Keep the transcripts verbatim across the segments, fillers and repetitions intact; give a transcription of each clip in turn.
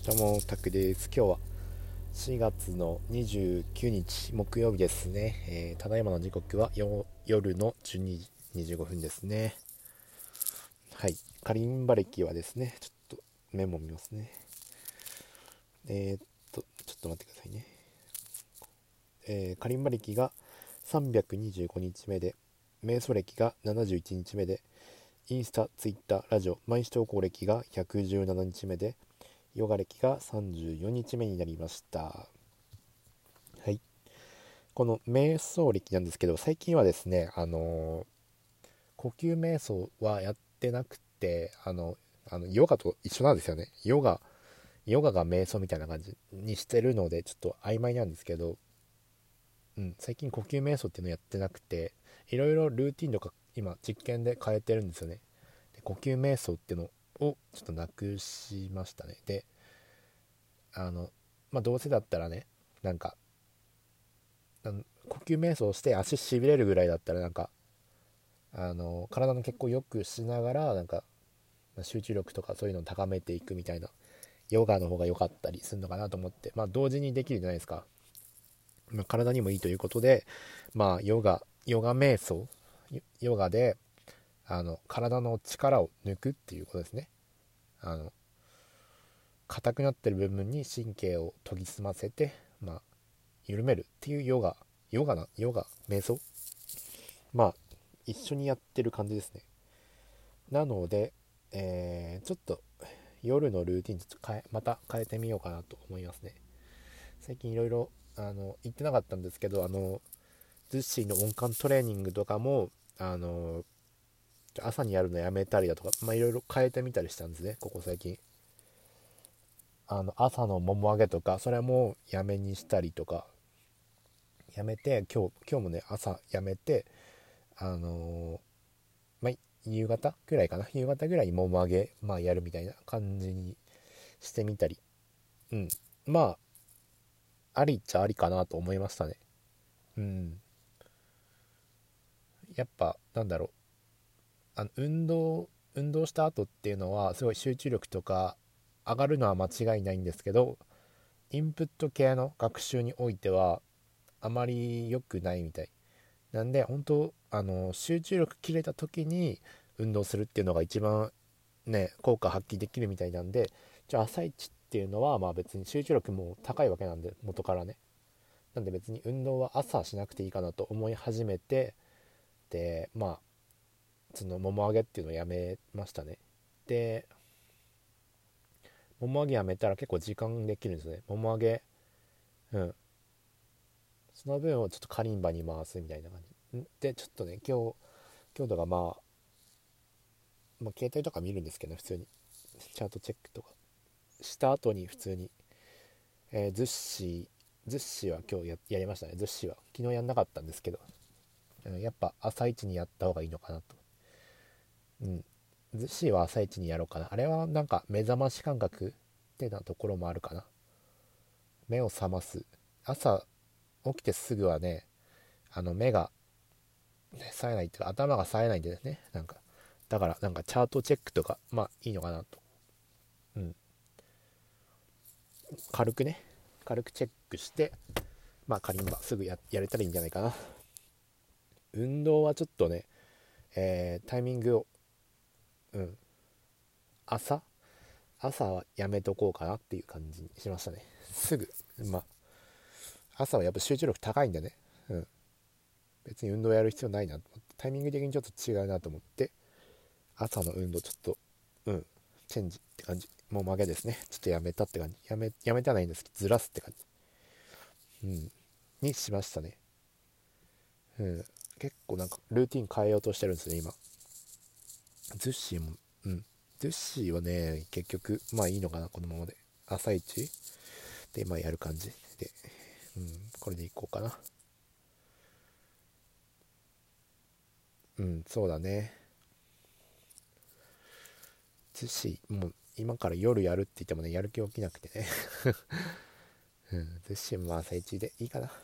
どうもタクです。今日はしがつのにじゅうくにち木曜日ですね。えーただいまの時刻はよ夜のじゅうにじにじゅうごふんですね。はい、カリンバ歴はですね、ちょっとメモ見ますね。えー、っとちょっと待ってくださいね。えーカリンバ歴がさんびゃくにじゅうごにちめで、瞑想歴がななじゅういちにちめで、インスタ、ツイッター、ラジオ毎日投稿歴がひゃくじゅうななにちめで、ヨガ歴がさんじゅうよにちめになりました。はい、この瞑想歴なんですけど、最近はですね、あのー呼吸瞑想はやってなくて、あのあのヨガと一緒なんですよね。ヨガヨガが瞑想みたいな感じにしてるので、ちょっと曖昧なんですけど、うん、最近呼吸瞑想っていうのやってなくて、いろいろルーティンとか今実験で変えてるんですよね。で呼吸瞑想っていうのをちょっとなくしましたね。で、あのまあどうせだったらね、なんかあの呼吸瞑想して足しびれるぐらいだったら、なんかあの体の血行を良くしながら、なんか集中力とかそういうのを高めていくみたいなヨガの方が良かったりするのかなと思って、まあ同時にできるじゃないですか。まあ、体にもいいということで、まあヨガヨガ瞑想、ヨガであの体の力を抜くっていうことですね。あの硬くなってる部分に神経を研ぎ澄ませて、まあ緩めるっていうヨガヨガなヨガ瞑想、まあ一緒にやってる感じですね。なので、えーちょっと夜のルーティンちょっと変えまた変えてみようかなと思いますね。最近いろいろあの言ってなかったんですけど、あのズッシーの音感トレーニングとかも、あの朝にやるのやめたりだとか、まあいろいろ変えてみたりしたんですね、ここ最近。あの朝のもも上げとか、それもやめにしたりとか、やめて、今日今日もね朝やめて、あのまあ夕方ぐらいかな、夕方ぐらいにもも上げ、まあやるみたいな感じにしてみたり、うん、まあありっちゃありかなと思いましたね。うん、やっぱなんだろう、あの運動運動した後っていうのはすごい集中力とか上がるのは間違いないんですけど、インプット系の学習においてはあまり良くないみたいなんで、本当あの集中力切れた時に運動するっていうのが一番ね効果発揮できるみたいなんで、じゃあ朝一っていうのはまあ別に集中力も高いわけなんで、元からね、なんで別に運動は朝しなくていいかなと思い始めて、でまあそのもも上げっていうのをやめましたね。でもも上げやめたら結構時間できるんですね、もも上げ。うん、その分をちょっとカリンバに回すみたいな感じで、ちょっとね今日今日とか、まあ、まあ携帯とか見るんですけど、普通にチャートチェックとかした後に普通に、えー、ズッシーズッシーは今日や、やりましたね。ズッシーは昨日やんなかったんですけど、うん、やっぱ朝一にやった方がいいのかなと。うん、ズッシーは朝一にやろうかな。あれはなんか目覚まし感覚ってなところもあるかな。目を覚ます、朝起きてすぐはね、あの目が、ね、冴えないっていうか頭が冴えないんでね、なんかだからなんかチャートチェックとかまあいいのかなと。うん、軽くね軽くチェックして、まあ仮にすぐ や, やれたらいいんじゃないかな。運動はちょっとね、えータイミングを、うん、朝朝はやめとこうかなっていう感じにしましたね。すぐ、まあ朝はやっぱ集中力高いんでね、うん、別に運動やる必要ないなと思って、タイミング的にちょっと違うなと思って、朝の運動ちょっと、うん、チェンジって感じ。もう曲げですね、ちょっとやめたって感じ。やめやめてはないんですけど、ずらすって感じ、うん、にしましたね。うん、結構なんかルーティン変えようとしてるんですね今。ズッシーも、うん、ズッシーはね結局まあいいのかな、このままで朝一でまあやる感じで、うん、これでいこうかな。うん、そうだね。ズッシーもう今から夜やるって言ってもね、やる気起きなくてねうん、ズッシーも朝一でいいかな。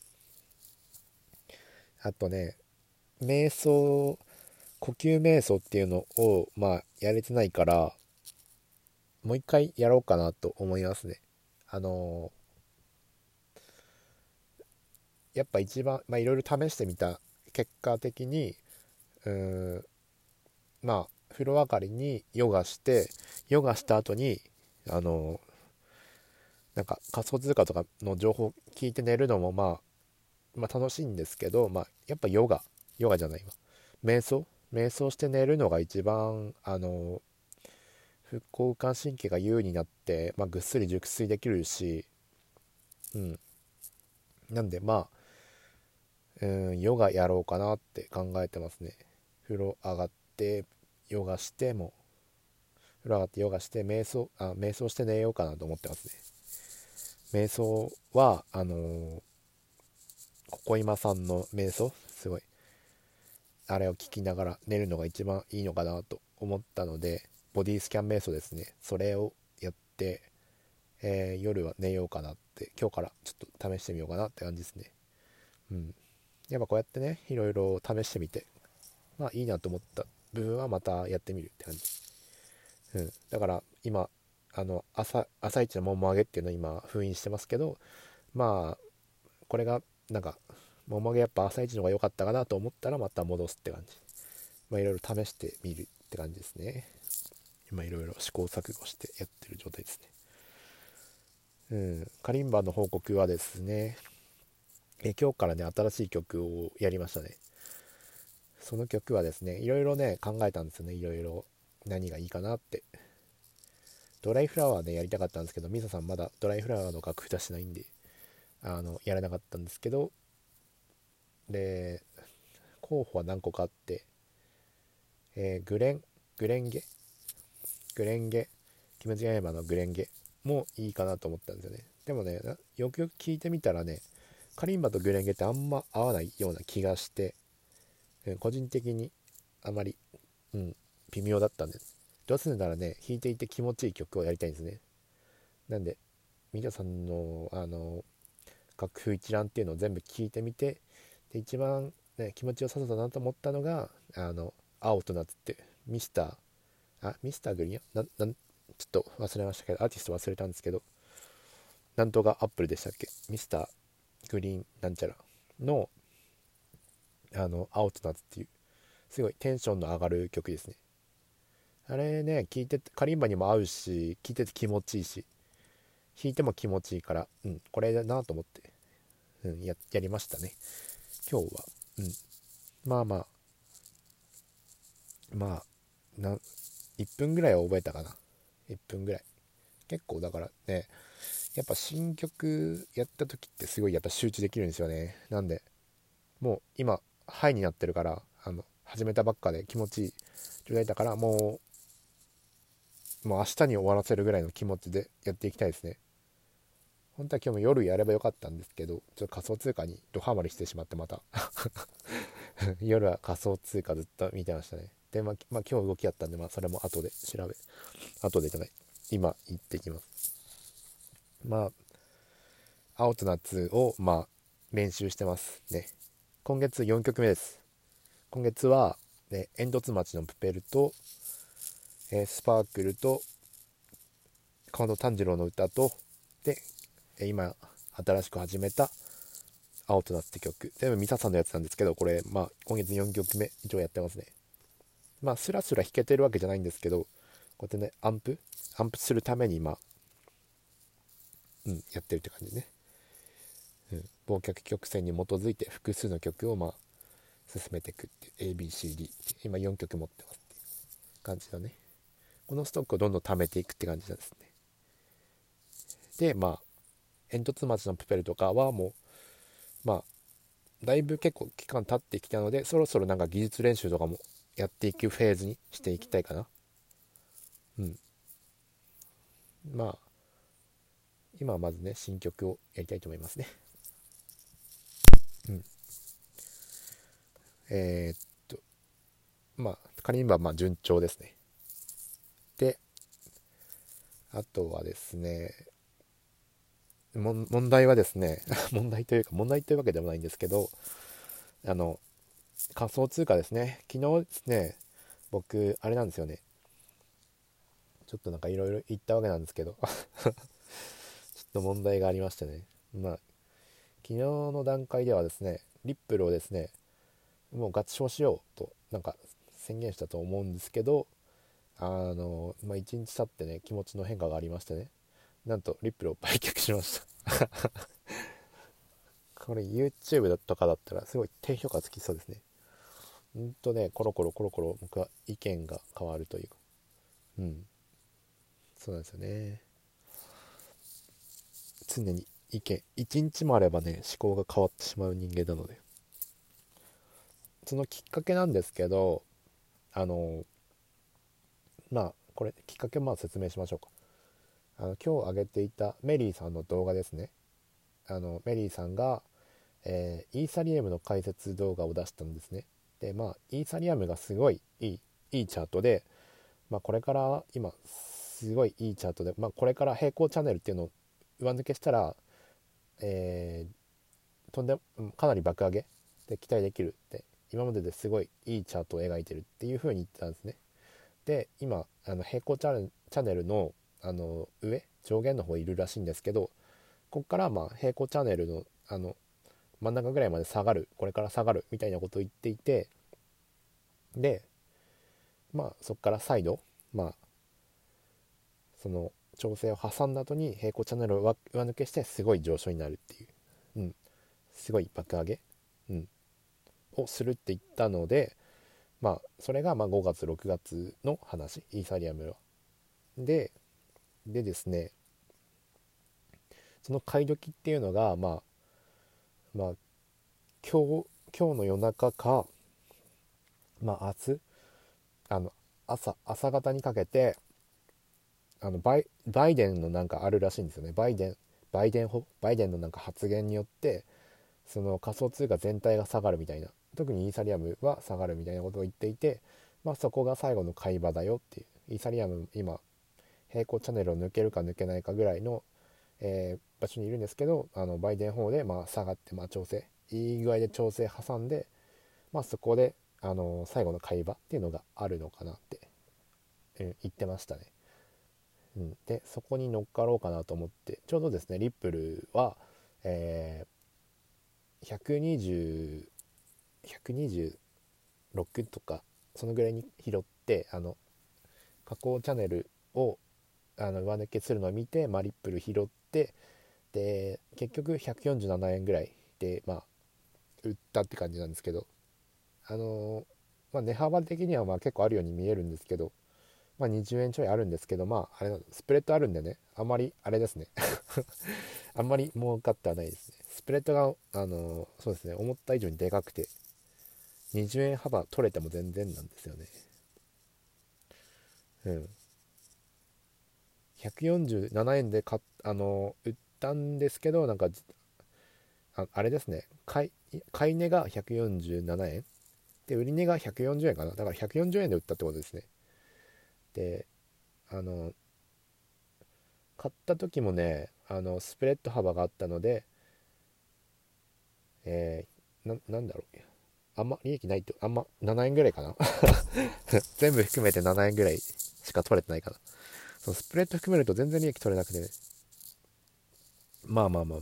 あとね、瞑想呼吸瞑想っていうのをまあやれてないから、 もう一回やろうかなと思いますね。あのーやっぱ一番、まあいろいろ試してみた結果的に、うーん、まあ風呂上がりにヨガして、ヨガした後に、あのーなんか仮想通貨とかの情報聞いて寝るのもまあ、まあ楽しいんですけど、まあやっぱヨガ、ヨガじゃないわ。瞑想瞑想して寝るのが一番、あの、副交感神経が優位になって、まあ、ぐっすり熟睡できるし、うん。なんでまあ、うん、ヨガやろうかなって考えてますね。風呂上がって、ヨガしても、風呂上がってヨガして、瞑想、あ、瞑想して寝ようかなと思ってますね。瞑想は、あのー、ここ今さんの瞑想、すごい、あれを聞きながら寝るのが一番いいのかなと思ったので、ボディスキャン瞑想ですね。それをやって、えー夜は寝ようかなって、今日からちょっと試してみようかなって感じですね。うん。やっぱこうやってね、いろいろ試してみて、まあいいなと思った部分はまたやってみるって感じ。うん。だから今、あの、朝、朝一のもも上げっていうのを今封印してますけど、まあ、これが、なんか、もも上げやっぱ朝一の方が良かったかなと思ったらまた戻すって感じ。まあいろいろ試してみるって感じですね。今いろいろ試行錯誤してやってる状態ですね。うん。カリンバの報告はですね、え今日からね、新しい曲をやりましたね。その曲はですね、いろいろね、考えたんですよね。いろいろ何がいいかなって。ドライフラワーね、やりたかったんですけど、ミサさんまだドライフラワーの楽譜出してないんで、あの、やらなかったんですけど、で、候補は何個かあって、えーグレン、グレンゲ、グレンゲ、キムチヤマのグレンゲもいいかなと思ったんですよね。でもね、よくよく聞いてみたらね、カリンバとグレンゲってあんま合わないような気がして、個人的にあまり、うん、微妙だったんです。どうするならね、弾いていて気持ちいい曲をやりたいんですね。なんで、ミカさんの、あの、楽譜一覧っていうのを全部聞いてみて、で、一番、ね、気持ちよさそうだなと思ったのが、あの、青と夏って、ミスター、あ、ミスターグリーンな、なん、ちょっと忘れましたけど、アーティスト忘れたんですけど、なんとかアップルでしたっけ、ミスターグリーンなんちゃらの、あの、青と夏っていう、すごいテンションの上がる曲ですね。あれね、聞いてて、カリンバにも合うし、聞いてて気持ちいいし、弾いても気持ちいいから、うん、これだなと思って、うん、や、やりましたね。今日は。うん。まあまあ、まあ、な、いっぷんぐらいは覚えたかな。いっぷんぐらい。結構だからね、やっぱ新曲やった時ってすごいやっぱ集中できるんですよね。なんで、もう今、ハイになってるから、あの、始めたばっかで気持ちいい状態だから、もう、もう明日に終わらせるぐらいの気持ちでやっていきたいですね。本当は今日も夜やればよかったんですけど、ちょっと仮想通貨にドハマりしてしまってまた夜は仮想通貨ずっと見てましたね。で、まあ、まあ、今日動きあったんで、まあ、それも後で調べ、後でじゃない、今行ってきます。まあ、青と夏を、まあ、練習してますね。今月よんきょくめです。今月は、ね、煙突町のプペルと、えースパークルと、川野炭治郎の歌と、で、今、新しく始めた青と夏って曲。全部ミサさんのやつなんですけど、これ、まあ、今月よんきょくめ以上やってますね。まあ、スラスラ弾けてるわけじゃないんですけど、こうやってね、アンプアンプするために、まあ、うん、やってるって感じね。うん。忘却曲線に基づいて複数の曲を、まあ、進めていくっていう エービーシーディー って今よんきょく持ってますっていう感じだね。このストックをどんどん貯めていくって感じなんですね。で、まあ、煙突町のプペルとかはもう、まあ、だいぶ結構期間経ってきたので、そろそろなんか技術練習とかもやっていくフェーズにしていきたいかな。うん。まあ、今はまずね、新曲をやりたいと思いますね。うん。えーっと、まあ、仮にはまあ順調ですね。で、あとはですね、も問題はですね、問題というか、問題というわけでもないんですけど、あの、仮想通貨ですね。昨日ですね、僕、あれなんですよね。 ちょっとなんかいろいろ言ったわけなんですけどちょっと問題がありましてね。まあ昨日の段階ではですね、リップルをですね、もう合唱しようとなんか宣言したと思うんですけど、あのまあいちにち経ってね、気持ちの変化がありましてね、なんとリップルを売却しましたこれ YouTube とかだったらすごい低評価つきそうですね。ほんとね、コロコロコロコロ僕は意見が変わるというか、うん、そうなんですよね。常に意見一日もあればね、思考が変わってしまう人間なので、そのきっかけなんですけど、あのまあこれきっかけをまあ説明しましょうか。あの今日上げていたメリーさんの動画ですね。あのメリーさんが、えーイーサリアムの解説動画を出したんですね。でまあイーサリアムがすごいいいいいチャートで、まあ、これから今すごいいいチャートで、まあ、これから平行チャンネルっていうのを上抜けしたら、えー、とんでかなり爆上げで期待できるって、今までですごいいいチャートを描いてるっていう風に言ってたんですね。で今あの平行チャンチャンネルのあの上上限の方いるらしいんですけど、ここからまあ平行チャンネルのあの真ん中ぐらいまで下がる、これから下がるみたいなことを言っていて、でまあそこから再度まあその調整を挟んだ後に平行チャンネルを上上抜けしてすごい上昇になるっていう、うん、すごい爆上げ、うん、をするって言ったので、まあそれがまあごがつろくがつの話、イーサリアムは。ででですね、その買い時っていうのがまあまあ今日今日の夜中か、まあ明日あの朝朝方にかけて、あのバイバイデンのなんかあるらしいんですよね。バイデンバイデンバイデンのなんか発言によってその仮想通貨全体が下がるみたいな、特にイーサリアムは下がるみたいなことを言っていて、まあそこが最後の買い場だよっていう、イーサリアム今平行チャンネルを抜けるか抜けないかぐらいの、えー場所にいるんですけど、あのバイデン方でまあ下がって、まあ調整いい具合で調整挟んで、まあそこであの最後の買い場っていうのがあるのかなって、うん、言ってましたね。うん、でそこに乗っかろうかなと思って、ちょうどですねリップルは、えー、ひゃくにじゅう、ひゃくにじゅうろくとかそのぐらいに拾って、あの加工チャンネルをあの上抜けするのを見て、まあ、リップル拾って、で結局ひゃくよんじゅうななえんぐらいで、まあ、売ったって感じなんですけど、あのーまあ、値幅的にはまあ結構あるように見えるんですけど、まあ、にじゅうえんちょいあるんですけど、まああれスプレッドあるんでね、あんまりあれですねあんまり儲かってはないですね。スプレッドがあのーそうですね、思った以上にでかくてにじゅうえん幅取れても全然なんですよね。うん、ひゃくよんじゅうななえんで買っあのー売ったんですけど、なんかああれですね、買い買い値がひゃくよんじゅうななえんで売り値がひゃくよんじゅうえんかな、だからひゃくよんじゅうえんで売ったってことですね。であの買った時もね、あのスプレッド幅があったので、えー、ななんだろう、あんま利益ないと、あんまななえんぐらいかな全部含めてななえんぐらいしか取れてないかな。そのスプレッド含めると全然利益取れなくてね、まあまあまあ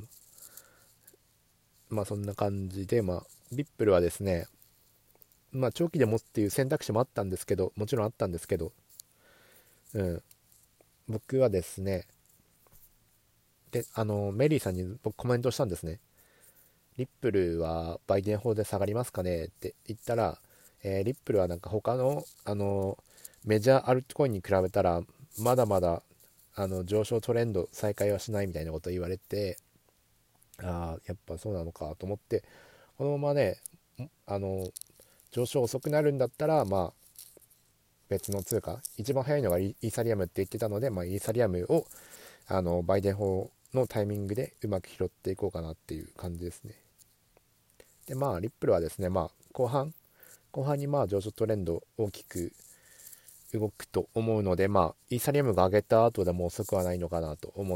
まあそんな感じで、まあリップルはですね、まあ長期で持つっていう選択肢もあったんですけど、もちろんあったんですけど、うん、僕はですね、であのメリーさんに僕コメントしたんですね。リップルはバイデン法で下がりますかねって言ったら、えーリップルはなんか他の、あのメジャーアルトコインに比べたらまだまだあの上昇トレンド再開はしないみたいなことを言われて、ああやっぱそうなのかと思って、このままね、あの上昇遅くなるんだったら、まあ別の通貨一番早いのがイーサリアムって言ってたので、まあ、イーサリアムをあのバイデン法のタイミングでうまく拾っていこうかなっていう感じですね。でまあリップルはですね、まあ後半後半にまあ上昇トレンド大きく動くと思うので、まあイーサリアムが上げた後でも遅くはないのかなと思って、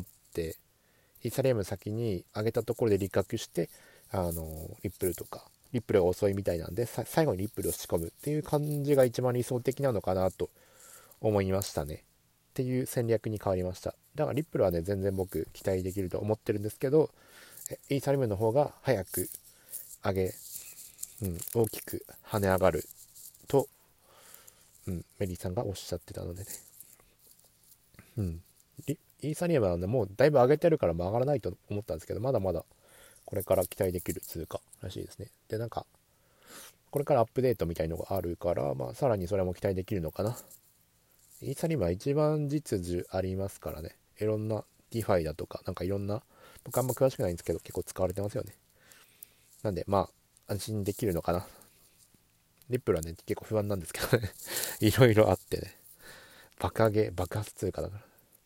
イーサリアム先に上げたところで利確して、あのリップルとかリップルが遅いみたいなんで、最後にリップルを仕込むっていう感じが一番理想的なのかなと思いましたね。 ていう戦略に変わりました。だからリップルはね全然僕期待できると思ってるんですけど、イーサリアムの方が早く上げ、うん、大きく跳ね上がると、うん、メリーさんがおっしゃってたのでね、うん、イーサリアムはねもうだいぶ上げてるから曲がらないと思ったんですけど、まだまだこれから期待できる通貨らしいですね。でなんかこれからアップデートみたいのがあるから、まあ、さらにそれも期待できるのかな。イーサリアムは一番実需ありますからね。いろんなディファイだとか、なんかいろんな、僕あんま詳しくないんですけど、結構使われてますよね。なんで、まあ、安心できるのかな。リップルはね、結構不安なんですけどね。いろいろあってね。爆上げ、爆発通貨だから。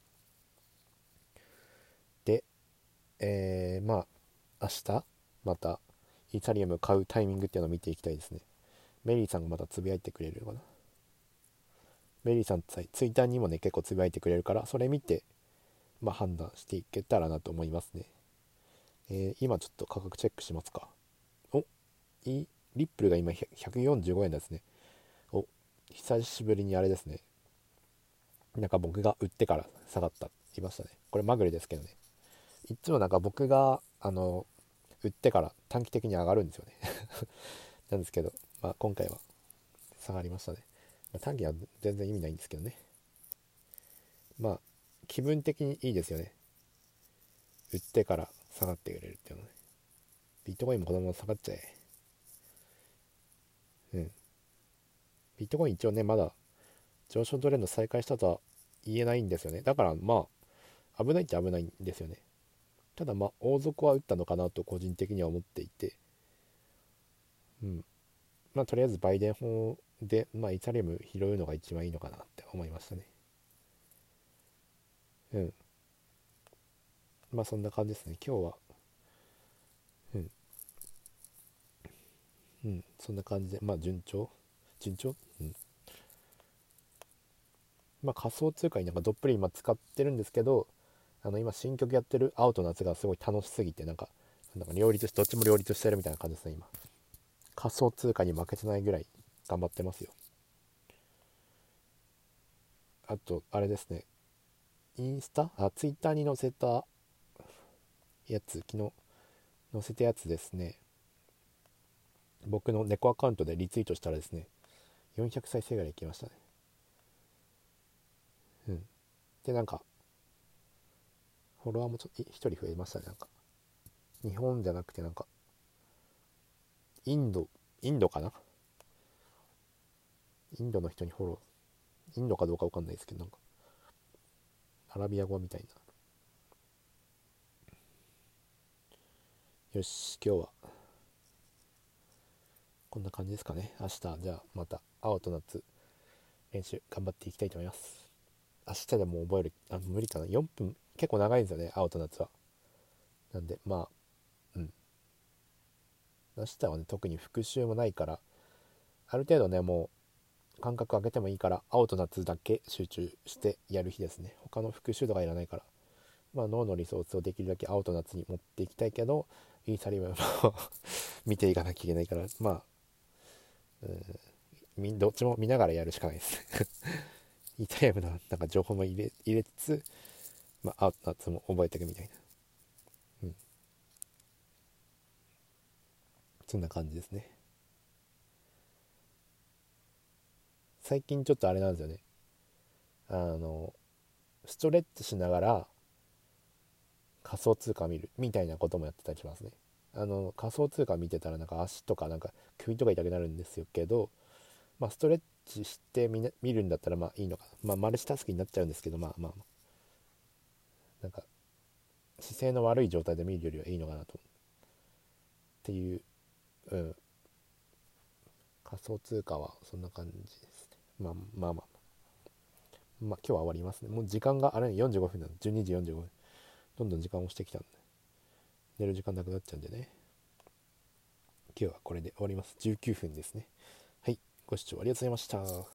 で、えー、まあ、明日、また、イーサリアム買うタイミングっていうのを見ていきたいですね。メリーさんがまたつぶやいてくれるのかな。メリーさんツイッターにもね、結構つぶやいてくれるから、それ見て、まあ、判断していけたらなと思いますね。えー、今ちょっと価格チェックしますか。おいリップルが今ひゃくよんじゅうごえんですね。お久しぶりにあれですね。なんか僕が売ってから下がったって言いましたね。これまぐれですけどね。いつもなんか僕があの売ってから短期的に上がるんですよね。なんですけど、まあ、今回は下がりましたね。まあ、短期は全然意味ないんですけどね。まあ気分的にいいですよね。売ってから下がってくれるっていうのはね。ビットコインもこのまま下がっちゃえ。うん。ビットコイン一応ね、まだ上昇トレンド再開したとは言えないんですよね。だからまあ、危ないっちゃ危ないんですよね。ただまあ、大底は打ったのかなと個人的には思っていて、うん。まあ、とりあえずバイデン法で、まあ、イーサリアム拾うのが一番いいのかなって思いましたね。うん。まあ、そんな感じですね。今日は、うん。うん。そんな感じで、まあ、順調順調うん。まあ、仮想通貨になんかどっぷり今使ってるんですけど、あの今新曲やってる青と夏がすごい楽しすぎて、なんかなんか両立しどっちも両立してるみたいな感じですね。今仮想通貨に負けてないぐらい頑張ってますよ。あとあれですね、インスタあツイッターに載せたやつ、昨日載せたやつですね、僕の猫アカウントでリツイートしたらですね、よんひゃく再生ぐらいいきましたね。うん。でなんかフォロワーもちょっとひとり増えましたね。なんか日本じゃなくてなんかインドインドかな、インドの人にフォロー、インドかどうかわかんないですけど、なんかアラビア語みたいな。よし、今日はこんな感じですかね。明日じゃあまた青と夏練習頑張っていきたいと思います。明日でも覚える、あ無理かな、よんぷん結構長いんですよね、青と夏は。なんでまあ、うん明日はね特に復習もないから、ある程度ねもう間隔空けてもいいから、青と夏だけ集中してやる日ですね。他の復習とかいらないから、まあ脳のリソースをできるだけ青と夏に持っていきたいけど、イーサリアムも見ていかなきゃいけないから、まあ、うん、どっちも見ながらやるしかないですイーサリアムのなんか情報も入れ入れつつ、まあ、青と夏も覚えていくみたいな、うん、そんな感じですね。最近ちょっとあれなんですよね、あのストレッチしながら仮想通貨見るみたいなこともやってたりしますね。あの仮想通貨見てたらなんか足とかなんか首とか痛くなるんですよけど、まあ、ストレッチしてみな見るんだったらまあいいのかな、まあ、マルチタスクになっちゃうんですけど、まあまあなんか姿勢の悪い状態で見るよりはいいのかなとっていう、うん、仮想通貨はそんな感じですね。まあまあまあまあ今日は終わりますね。もう時間があれよんじゅうごふんなの、じゅうにじよんじゅうごふん、どんどん時間を押してきたんで寝る時間なくなっちゃうんでね、今日はこれで終わります。じゅうきゅうふんですね。はい、ご視聴ありがとうございました。